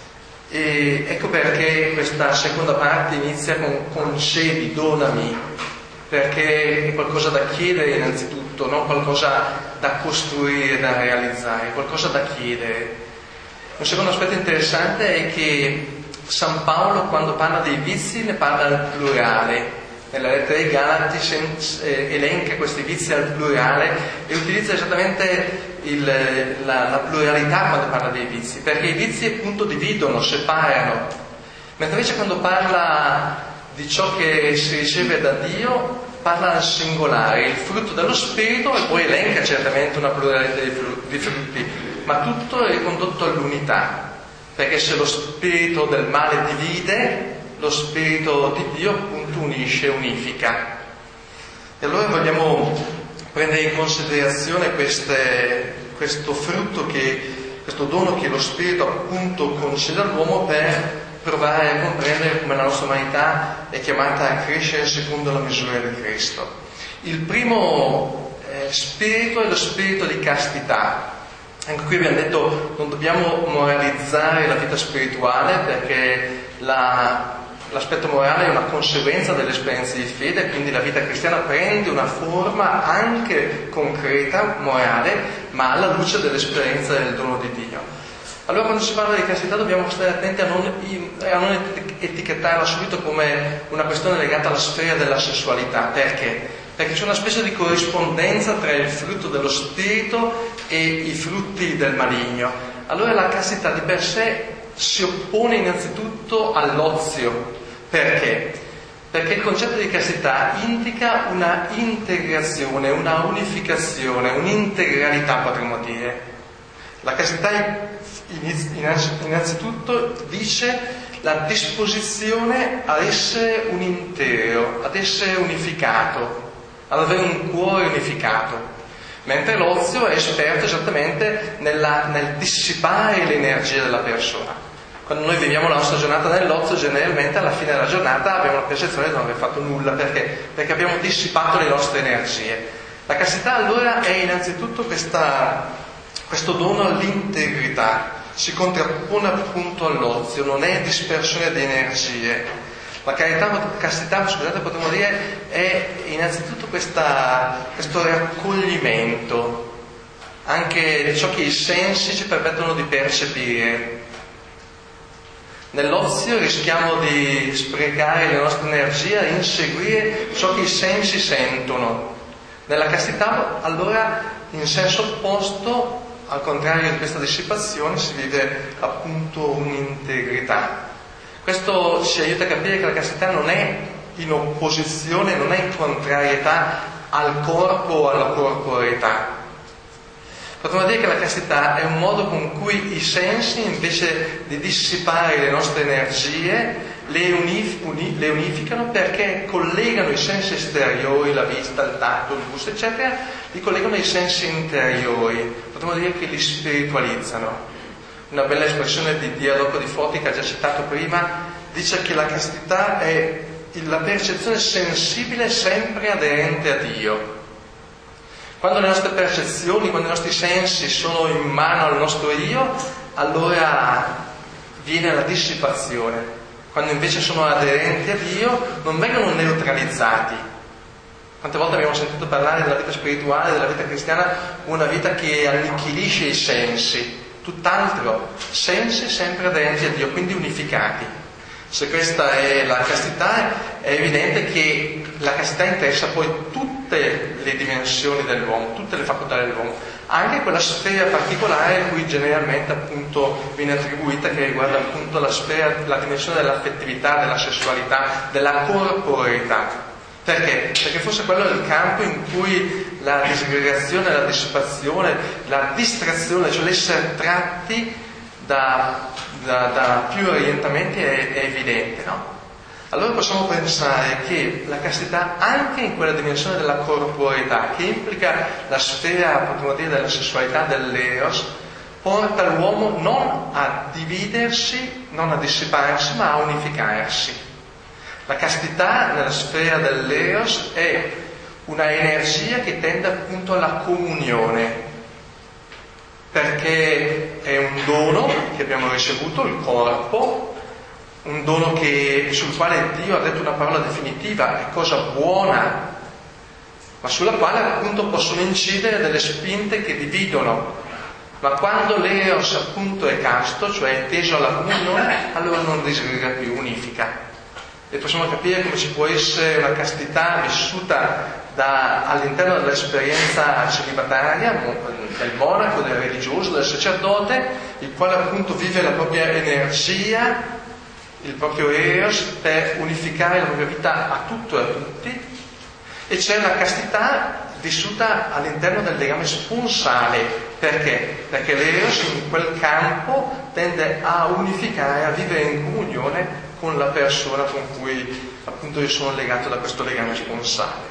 Speaker 2: E ecco perché questa seconda parte inizia con concedi, donami, perché è qualcosa da chiedere innanzitutto, non qualcosa da costruire, da realizzare, qualcosa da chiedere. Un secondo aspetto interessante è che San Paolo, quando parla dei vizi, ne parla al plurale. Nella lettera ai Galati elenca questi vizi al plurale e utilizza esattamente il, la, la pluralità quando parla dei vizi, perché i vizi appunto dividono, separano, mentre invece quando parla di ciò che si riceve da Dio parla al singolare, il frutto dello spirito, e poi elenca certamente una pluralità di frutti, ma tutto è ricondotto all'unità. Perché se lo spirito del male divide, lo spirito di Dio appunto unisce, unifica. E allora vogliamo prendere in considerazione queste, questo frutto, che, questo dono che lo spirito appunto concede all'uomo per provare a comprendere come la nostra umanità è chiamata a crescere secondo la misura di Cristo. Il primo eh, spirito è lo spirito di castità. Anche qui abbiamo detto non dobbiamo moralizzare la vita spirituale, perché la, l'aspetto morale è una conseguenza delle esperienze di fede, quindi la vita cristiana prende una forma anche concreta, morale, ma alla luce dell'esperienza del dono di Dio. Allora quando si parla di castità dobbiamo stare attenti a non, a non etichettarla subito come una questione legata alla sfera della sessualità. Perché? Perché c'è una specie di corrispondenza tra il frutto dello spirito e i frutti del maligno. Allora la castità di per sé si oppone innanzitutto all'ozio. Perché? Perché il concetto di castità indica una integrazione, una unificazione, un'integralità, potremmo dire. La castità innanzitutto dice la disposizione ad essere un intero, ad essere unificato, ad avere un cuore unificato, mentre l'ozio è esperto esattamente nella, nel dissipare l'energia della persona. Quando noi viviamo la nostra giornata nell'ozio, generalmente alla fine della giornata abbiamo la percezione di non aver fatto nulla, perché? Perché abbiamo dissipato le nostre energie. La castità allora è innanzitutto questa, questo dono all'integrità, si contrappone appunto all'ozio, non è dispersione di energie. La carità, castità, scusate, potremmo dire, è innanzitutto questa, questo raccoglimento, anche di ciò che i sensi ci permettono di percepire. Nell'ozio rischiamo di sprecare la nostra energia a inseguire ciò che i sensi sentono. Nella castità, allora, in senso opposto, al contrario di questa dissipazione, si vive appunto un'integrità. Questo ci aiuta a capire che la castità non è in opposizione, non è in contrarietà al corpo o alla corporeità. Potremmo dire che la castità è un modo con cui i sensi, invece di dissipare le nostre energie, le, unif- uni- le unificano, perché collegano i sensi esteriori, la vista, il tatto, il gusto, eccetera, li collegano ai sensi interiori. Potremmo dire che li spiritualizzano. Una bella espressione di Diadoco di Foti, che ha già citato prima, dice che la castità è la percezione sensibile sempre aderente a Dio. Quando le nostre percezioni, quando i nostri sensi sono in mano al nostro io, allora viene la dissipazione. Quando invece sono aderenti a Dio, non vengono neutralizzati. Quante volte abbiamo sentito parlare della vita spirituale, della vita cristiana, una vita che annichilisce i sensi. Tutt'altro, sensi sempre aderenti a Dio, quindi unificati. Se questa è la castità, è evidente che la castità interessa poi tutte le dimensioni dell'uomo, tutte le facoltà dell'uomo, anche quella sfera particolare a cui generalmente appunto viene attribuita, che riguarda appunto la sfera, la dimensione dell'affettività, della sessualità, della corporeità. Perché? Perché forse quello è il campo in cui la disgregazione, la dissipazione, la distrazione, cioè l'essere tratti da, da, da più orientamenti è, è evidente, no? Allora possiamo pensare che la castità, anche in quella dimensione della corporeità, che implica la sfera, potremmo dire, della sessualità, dell'eros, porta l'uomo non a dividersi, non a dissiparsi, ma a unificarsi. La castità nella sfera dell'eros è una energia che tende appunto alla comunione, perché è un dono che abbiamo ricevuto, il corpo, un dono che, sul quale Dio ha detto una parola definitiva, è cosa buona, ma sulla quale appunto possono incidere delle spinte che dividono. Ma quando l'eros appunto è casto, cioè è teso alla comunione, allora non disgrega più, unifica. E possiamo capire come ci può essere una castità vissuta da, all'interno dell'esperienza celibataria del monaco, del religioso, del sacerdote, il quale appunto vive la propria energia, il proprio eros, per unificare la propria vita a tutto e a tutti. E c'è una castità vissuta all'interno del legame sponsale. Perché? Perché l'eros in quel campo tende a unificare, a vivere in comunione con la persona con cui appunto io sono legato da questo legame sponsale.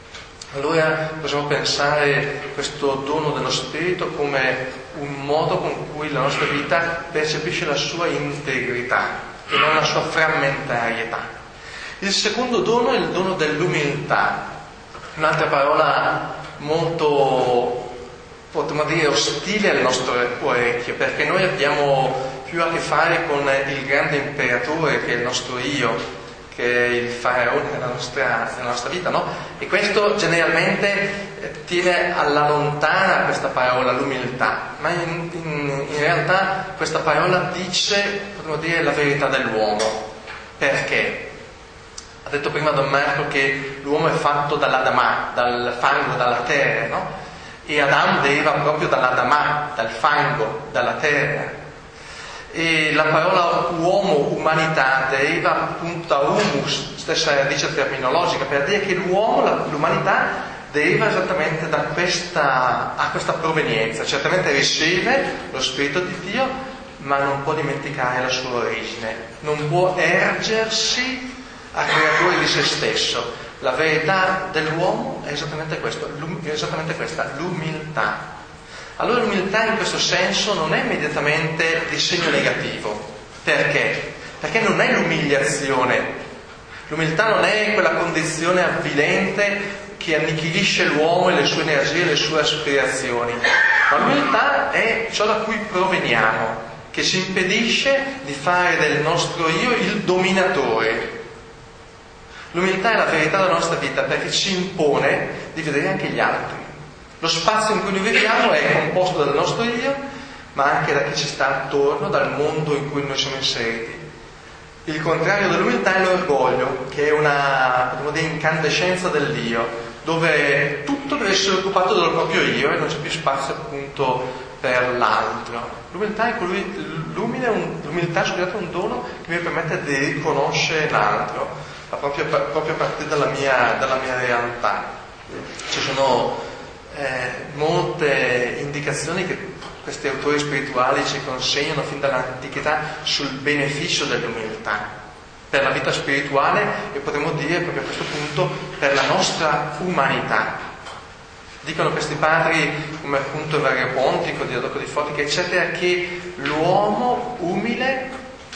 Speaker 2: Allora possiamo pensare questo dono dello Spirito come un modo con cui la nostra vita percepisce la sua integrità e non la sua frammentarietà. Il secondo dono è il dono dell'umiltà, un'altra parola molto, potremmo dire, ostile alle nostre orecchie, perché noi abbiamo più a che fare con il grande imperatore che è il nostro io, che è il faraone della nostra, della nostra vita, no? E questo generalmente tiene alla lontana questa parola, l'umiltà, ma in, in, in realtà questa parola dice, potremmo dire, la verità dell'uomo. Perché? Ha detto prima Don Marco che l'uomo è fatto dall'Adamà, dal fango, dalla terra, no? E Adam deriva proprio dall'Adamà, dal fango, dalla terra. E la parola uomo, umanità, deriva appunto da humus, stessa radice terminologica, per dire che l'uomo, l'umanità, deriva esattamente da questa, a questa provenienza. Certamente riceve lo Spirito di Dio, ma non può dimenticare la sua origine, non può ergersi a creatore di se stesso. La verità dell'uomo è esattamente questo, è esattamente questa, l'umiltà. Allora l'umiltà in questo senso non è immediatamente di segno negativo. Perché? Perché non è l'umiliazione. L'umiltà non è quella condizione avvilente che annichilisce l'uomo e le sue energie e le sue aspirazioni. Ma l'umiltà è ciò da cui proveniamo, che ci impedisce di fare del nostro io il dominatore. L'umiltà è la verità della nostra vita perché ci impone di vedere anche gli altri. Lo spazio in cui noi viviamo è composto dal nostro io, ma anche da chi ci sta attorno, dal mondo in cui noi siamo inseriti. Il contrario dell'umiltà è l'orgoglio, che è una, potremmo dire, incandescenza dell'io, dove tutto deve essere occupato dal proprio io e non c'è più spazio appunto per l'altro. L'umiltà è colui, l'umile, un, l'umiltà scusate, è un dono che mi permette di riconoscere l'altro, proprio, proprio a partire dalla mia, dalla mia realtà. Ci sono eh, molte indicazioni che questi autori spirituali ci consegnano fin dall'antichità sul beneficio dell'umiltà per la vita spirituale e potremmo dire proprio a questo punto per la nostra umanità. Dicono questi padri come appunto Vario Pontico, Diodoco di Fotica eccetera, che l'uomo umile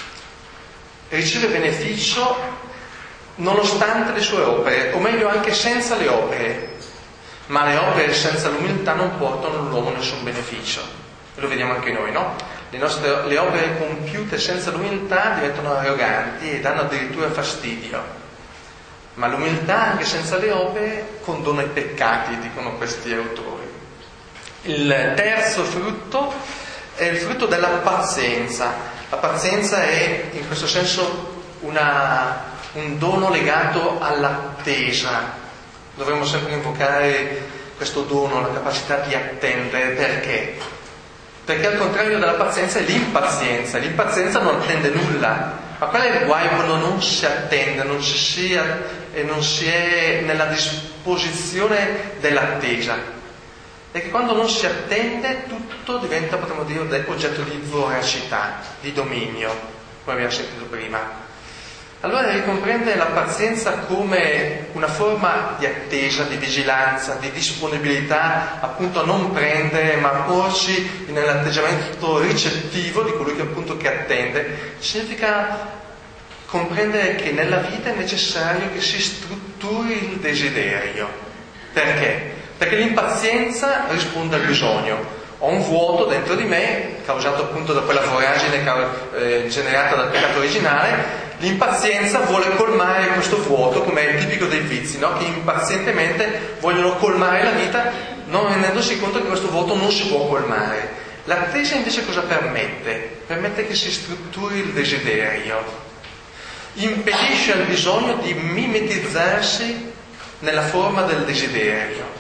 Speaker 2: riceve beneficio nonostante le sue opere, o meglio anche senza le opere, ma le opere senza l'umiltà non portano all'uomo nessun beneficio. Lo vediamo anche noi, no? Le nostre le opere compiute senza l'umiltà diventano arroganti e danno addirittura fastidio. Ma l'umiltà, anche senza le opere, condona i peccati, dicono questi autori. Il terzo frutto è il frutto della pazienza. La pazienza è, in questo senso, una, un dono legato all'attesa. Dovremmo sempre invocare questo dono, la capacità di attendere. Perché? Perché al contrario della pazienza è l'impazienza. L'impazienza non attende nulla. Ma qual è il guai quando non si attende, non si sia e non si è nella disposizione dell'attesa? Perché quando non si attende tutto diventa, potremmo dire, oggetto di voracità, di dominio, come abbiamo sentito prima. Allora ricomprende la pazienza come una forma di attesa, di vigilanza, di disponibilità appunto a non prendere ma a porci nell'atteggiamento ricettivo di colui che appunto che attende. Significa comprendere che nella vita è necessario che si strutturi il desiderio. Perché? Perché l'impazienza risponde al bisogno. Ho un vuoto dentro di me, causato appunto da quella voragine eh, generata dal peccato originale. L'impazienza vuole colmare questo vuoto, come è tipico dei vizi, no? Che impazientemente vogliono colmare la vita, non rendendosi conto che questo vuoto non si può colmare. L'attesa invece cosa permette? Permette che si strutturi il desiderio, impedisce al bisogno di mimetizzarsi nella forma del desiderio.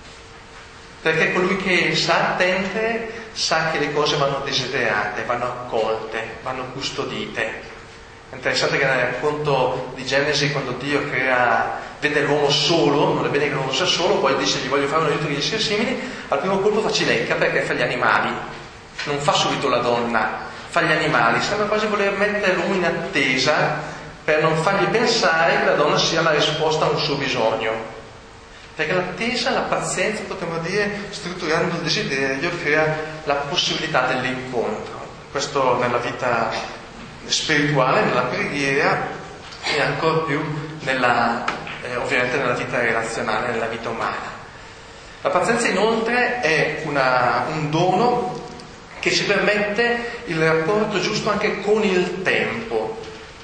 Speaker 2: Perché colui che sa attendere sa che le cose vanno desiderate, vanno accolte, vanno custodite. È interessante che nel racconto di Genesi, quando Dio crea, vede l'uomo solo, non è bene che l'uomo sia solo, poi dice gli voglio fare un aiuto che gli sia simili, al primo colpo fa cilecca perché fa gli animali, non fa subito la donna, fa gli animali, sembra quasi voler mettere l'uomo in attesa per non fargli pensare che la donna sia la risposta a un suo bisogno. Perché l'attesa, la pazienza, potremmo dire, strutturando il desiderio, crea la possibilità dell'incontro. Questo nella vita spirituale, nella preghiera e ancora più nella, eh, ovviamente nella vita relazionale, nella vita umana. La pazienza inoltre è una, un dono che ci permette il rapporto giusto anche con il tempo.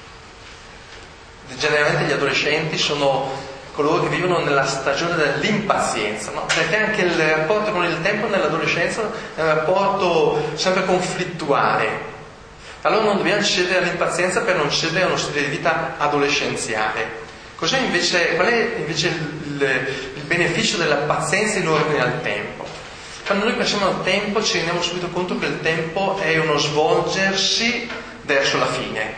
Speaker 2: Generalmente gli adolescenti sono coloro che vivono nella stagione dell'impazienza, no? Perché anche il rapporto con il tempo nell'adolescenza è un rapporto sempre conflittuale. Allora non dobbiamo cedere all'impazienza per non cedere a uno stile di vita adolescenziale. Cos'è invece, qual è invece il, il beneficio della pazienza in ordine al tempo? Quando noi pensiamo al tempo ci rendiamo subito conto che il tempo è uno svolgersi verso la fine.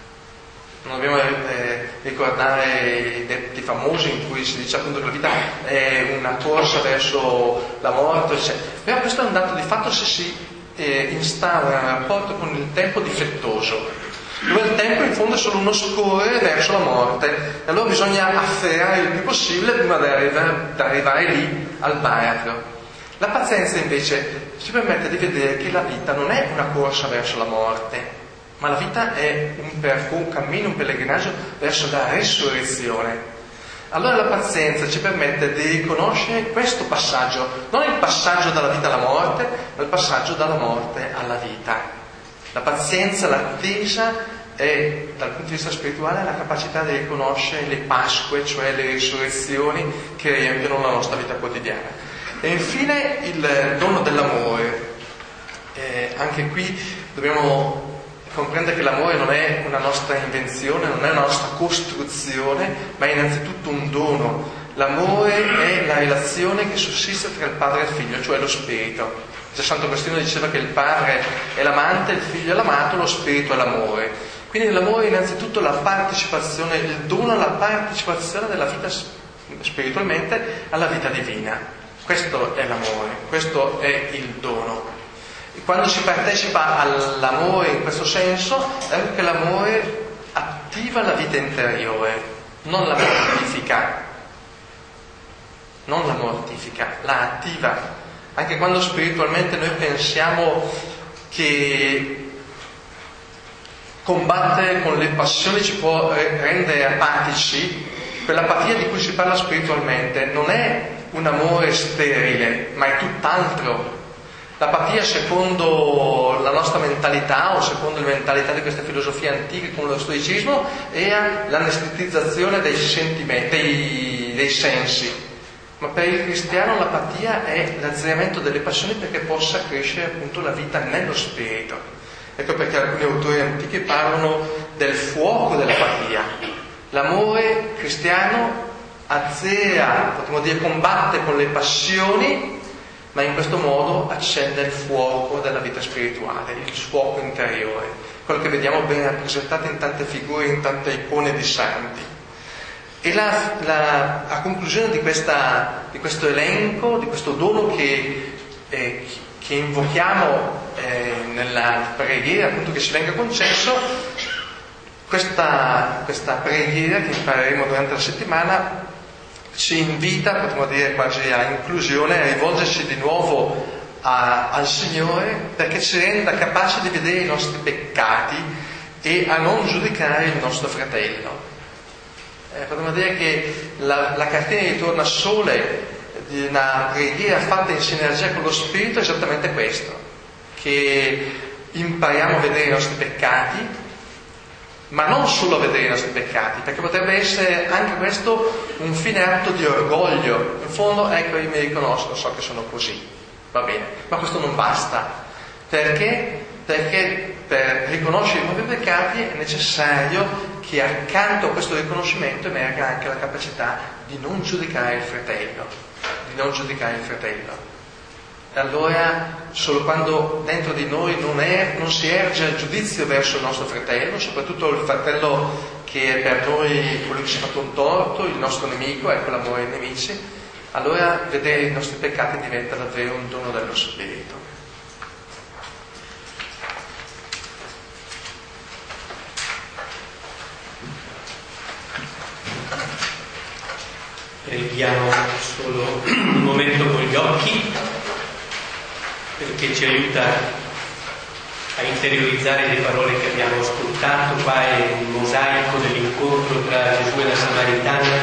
Speaker 2: Non dobbiamo eh, ricordare i detti famosi in cui si dice appunto che la vita è una corsa verso la morte, eccetera. Però questo è un dato di fatto se si eh, instaura un rapporto con il tempo difettoso, dove il tempo in fondo è solo uno scorrere verso la morte, e allora bisogna afferrare il più possibile prima di arrivare, di arrivare lì al baratro. La pazienza invece ci permette di vedere che la vita non è una corsa verso la morte, ma la vita è un, percorso, un cammino, un pellegrinaggio verso la resurrezione. Allora la pazienza ci permette di riconoscere questo passaggio, non il passaggio dalla vita alla morte, ma il passaggio dalla morte alla vita. La pazienza, l'attesa è, dal punto di vista spirituale, la capacità di riconoscere le Pasque, cioè le risurrezioni che riempiono la nostra vita quotidiana. E infine il dono dell'amore. Eh, anche qui dobbiamo comprende che l'amore non è una nostra invenzione, non è una nostra costruzione, ma è innanzitutto un dono. L'amore è la relazione che sussiste tra il padre e il figlio, cioè lo spirito. Già Sant'Agostino diceva che il padre è l'amante, il figlio è l'amato, lo spirito è l'amore. Quindi l'amore è innanzitutto la partecipazione, il dono alla partecipazione della vita spiritualmente alla vita divina. Questo è l'amore, questo è il dono. E quando si partecipa all'amore in questo senso, è anche l'amore attiva la vita interiore, non la mortifica, non la mortifica, la attiva. Anche quando spiritualmente noi pensiamo che combattere con le passioni ci può rendere apatici, quell'apatia di cui si parla spiritualmente non è un amore sterile, ma è tutt'altro. L'apatia, secondo la nostra mentalità o secondo le mentalità di queste filosofie antiche come lo stoicismo, era l'anestetizzazione dei sentimenti, dei, dei sensi. Ma per il cristiano l'apatia è l'azzeramento delle passioni perché possa crescere appunto la vita nello spirito. Ecco perché alcuni autori antichi parlano del fuoco dell'apatia. L'amore cristiano azzera, potremmo dire combatte con le passioni, ma in questo modo accende il fuoco della vita spirituale, il fuoco interiore, quello che vediamo ben rappresentato in tante figure, in tante icone di santi. E la, la, a conclusione di, questa, di questo elenco, di questo dono che, eh, che invochiamo eh, nella preghiera, appunto, che ci venga concesso, questa, questa preghiera che impareremo durante la settimana ci invita, potremmo dire quasi a inclusione, a rivolgerci di nuovo a, al Signore, perché ci renda capaci di vedere i nostri peccati e a non giudicare il nostro fratello. Eh, potremmo dire che la, la cartina di tornasole di una preghiera fatta in sinergia con lo Spirito è esattamente questo, che impariamo a vedere i nostri peccati, ma non solo a vedere i nostri peccati, perché potrebbe essere anche questo un fine atto di orgoglio. In fondo, ecco, io mi riconosco, so che sono così, va bene, ma questo non basta. Perché? Perché per riconoscere i propri peccati è necessario che accanto a questo riconoscimento emerga anche la capacità di non giudicare il fratello, di non giudicare il fratello. E allora, solo quando dentro di noi non, è, non si erge il giudizio verso il nostro fratello, soprattutto il fratello che è per noi quello che ci ha fatto un torto, il nostro nemico, ecco l'amore ai nemici, allora vedere i nostri peccati diventa davvero un dono dello Spirito.
Speaker 1: Preghiamo solo un momento con gli occhi, perché ci aiuta a interiorizzare le parole che abbiamo ascoltato. Qua è il mosaico dell'incontro tra Gesù e la Samaritana,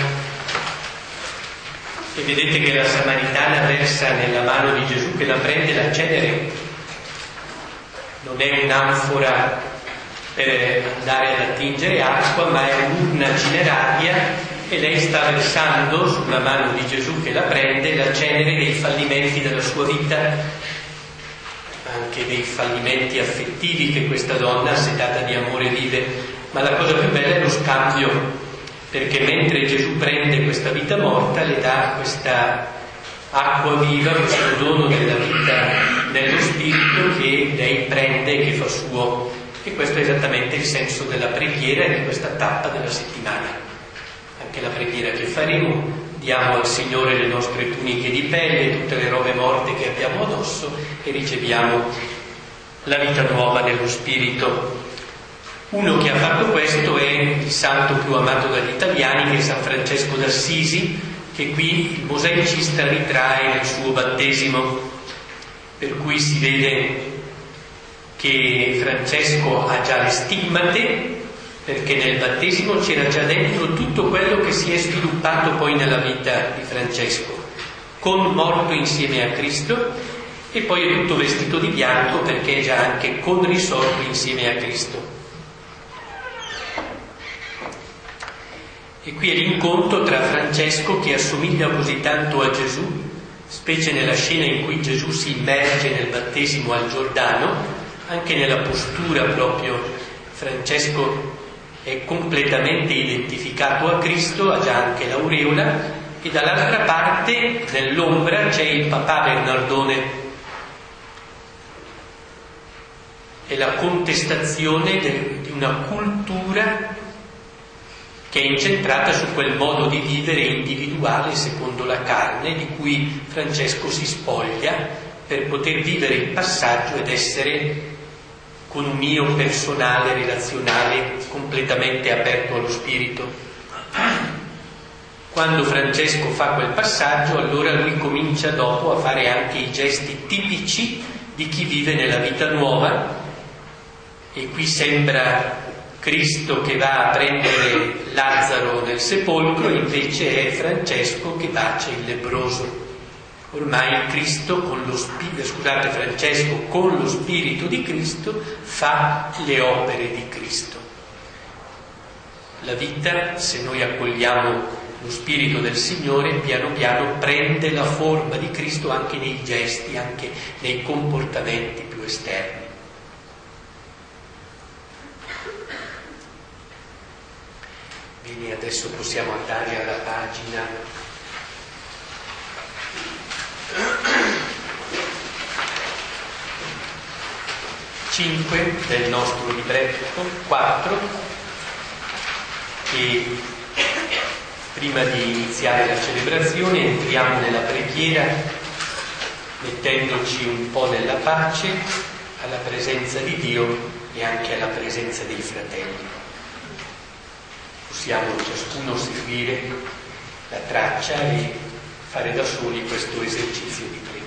Speaker 1: e vedete che la Samaritana versa nella mano di Gesù, che la prende la cenere. Non è un'anfora per andare ad attingere acqua, ma è un'urna cineraria, e lei sta versando sulla mano di Gesù, che la prende, la cenere dei fallimenti della sua vita, anche dei fallimenti affettivi che questa donna assetata di amore vive. Ma la cosa più bella è lo scambio, perché mentre Gesù prende questa vita morta, le dà questa acqua viva, questo dono della vita nello Spirito che lei prende e che fa suo. E questo è esattamente il senso della preghiera e di questa tappa della settimana. Anche la preghiera che faremo: diamo al Signore le nostre tuniche di pelle, tutte le robe morte che abbiamo addosso, e riceviamo la vita nuova nello Spirito. Uno che ha fatto questo è il santo più amato dagli italiani, che è San Francesco d'Assisi, che qui il mosaicista ritrae nel suo battesimo, per cui si vede che Francesco ha già le stimmate, perché nel battesimo c'era già dentro tutto quello che si è sviluppato poi nella vita di Francesco, con morto insieme a Cristo, e poi è tutto vestito di bianco perché è già anche con risorto insieme a Cristo. E qui è l'incontro tra Francesco, che assomiglia così tanto a Gesù, specie nella scena in cui Gesù si immerge nel battesimo al Giordano, anche nella postura proprio. Francesco è completamente identificato a Cristo, ha già anche l'aureola, e dall'altra parte, nell'ombra, c'è il papà Bernardone. È la contestazione de, di una cultura che è incentrata su quel modo di vivere individuale secondo la carne, di cui Francesco si spoglia per poter vivere il passaggio ed essere con un io personale, relazionale, completamente aperto allo Spirito. Quando Francesco fa quel passaggio, allora lui comincia dopo a fare anche i gesti tipici di chi vive nella vita nuova, e qui sembra Cristo che va a prendere Lazzaro nel sepolcro, invece è Francesco che bacia il lebbroso. Ormai Cristo con lo spirito, scusate, Francesco con lo Spirito di Cristo fa le opere di Cristo. La vita, se noi accogliamo lo Spirito del Signore, piano piano prende la forma di Cristo anche nei gesti, anche nei comportamenti più esterni. Bene, adesso possiamo andare alla pagina cinque del nostro libretto, quattro, e prima di iniziare la celebrazione entriamo nella preghiera mettendoci un po' nella pace, alla presenza di Dio e anche alla presenza dei fratelli. possiamo ciascuno seguire la traccia e fare da soli questo esercizio di preghiera.